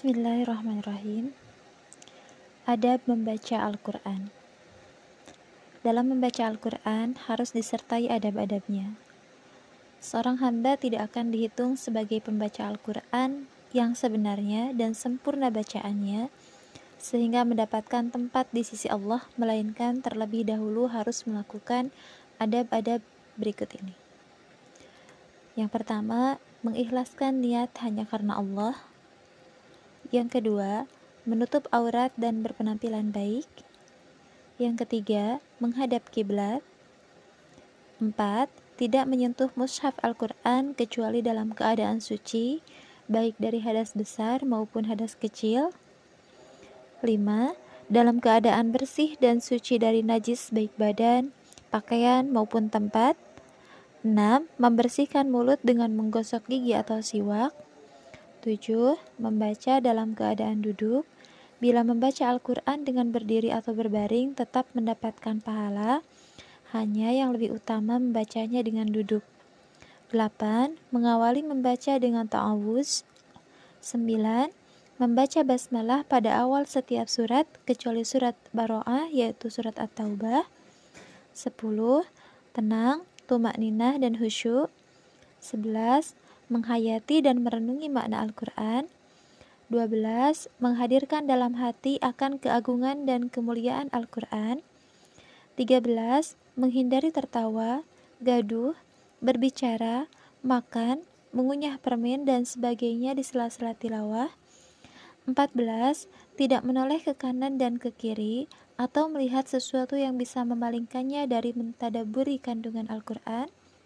Bismillahirrahmanirrahim. Adab membaca Al-Quran. Dalam membaca Al-Quran harus disertai adab-adabnya. Seorang hamba tidak akan dihitung sebagai pembaca Al-Quran yang sebenarnya dan sempurna bacaannya sehingga mendapatkan tempat di sisi Allah, melainkan terlebih dahulu harus melakukan adab-adab berikut ini. Yang pertama, mengikhlaskan niat hanya karena Allah. Yang kedua, menutup aurat dan berpenampilan baik. Yang ketiga, menghadap kiblat. 4. Tidak menyentuh mushaf Al-Quran kecuali dalam keadaan suci, baik dari hadas besar maupun hadas kecil. 5. Dalam keadaan bersih dan suci dari najis baik badan, pakaian maupun tempat. 6. Membersihkan mulut dengan menggosok gigi atau siwak. 7. Membaca dalam keadaan duduk. Bila membaca Al-Quran dengan berdiri atau berbaring tetap mendapatkan pahala, hanya yang lebih utama membacanya dengan duduk. 8. Mengawali membaca dengan ta'awuz. 9. Membaca basmalah pada awal setiap surat kecuali surat Baro'ah, yaitu surat At-Taubah. 10. Tenang, tumakninah dan khusyuk. 11. Menghayati dan merenungi makna Al-Quran. 12. Menghadirkan dalam hati akan keagungan dan kemuliaan Al-Quran. 13. Menghindari tertawa, gaduh, berbicara, makan, mengunyah permen dan sebagainya di sela-sela tilawah. 14. Tidak menoleh ke kanan dan ke kiri atau melihat sesuatu yang bisa memalingkannya dari mentadaburi kandungan Al-Quran.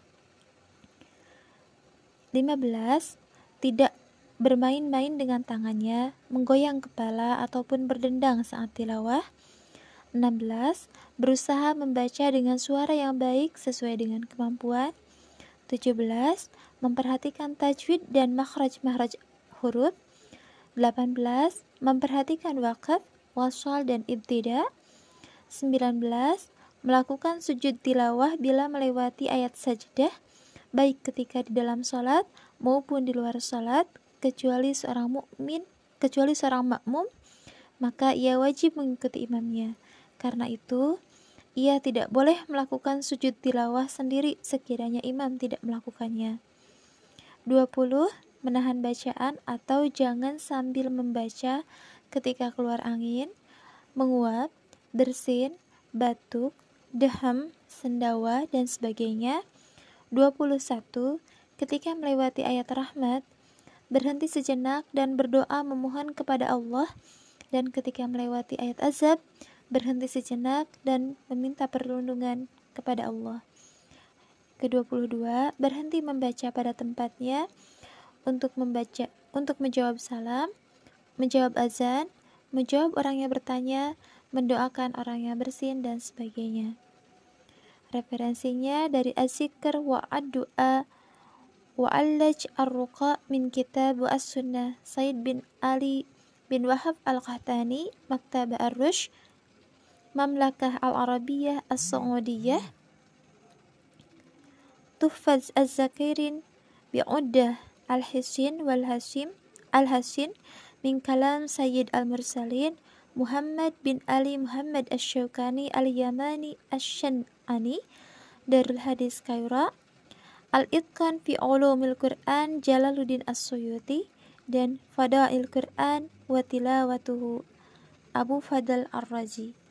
15. Tidak bermain-main dengan tangannya, menggoyang kepala ataupun berdendang saat tilawah. 16. Berusaha membaca dengan suara yang baik sesuai dengan kemampuan. 17. Memperhatikan tajwid dan makhraj-makhraj huruf. 18. Memperhatikan waqaf, wasal dan ibtida. 19. Melakukan sujud tilawah bila melewati ayat sajdah, baik ketika di dalam sholat maupun di luar sholat, kecuali seorang makmum, maka ia wajib mengikuti imamnya. Karena itu, ia tidak boleh melakukan sujud tilawah sendiri sekiranya imam tidak melakukannya. 20. Menahan bacaan atau jangan sambil membaca ketika keluar angin, menguap, bersin, batuk, deham, sendawa, dan sebagainya. 21. Ketika melewati ayat rahmat, berhenti sejenak dan berdoa memohon kepada Allah, dan ketika melewati ayat azab, berhenti sejenak dan meminta perlindungan kepada Allah. Ke-22, berhenti membaca pada tempatnya untuk menjawab salam, menjawab azan, menjawab orang yang bertanya, mendoakan orang yang bersin dan sebagainya. Referensinya dari Az-Zikr wa Ad-Du'a wa Al-Laj Ar-Ruqa min Kitab As-Sunnah Said bin Ali bin Wahab Al-Qahtani, Maktabah Ar-Rushd, Mamlakah Al-Arabiyah As-Saudiyah, Tuhfaz Az-Zakirin bi'uddah Al-Hisin wal-Hasim Al-Hasin min Kalam Sayyid Al-Mursalin Muhammad bin Ali Muhammad Asy-Syaukani Al-Yamani Asy-Syan'ani, Darul Hadis Kaira, Al-Itqan fi Ulumil Quran Jalaluddin As-Suyuti, dan Fadail Quran wa Tilawatuhu Abu Fadl Ar-Razi.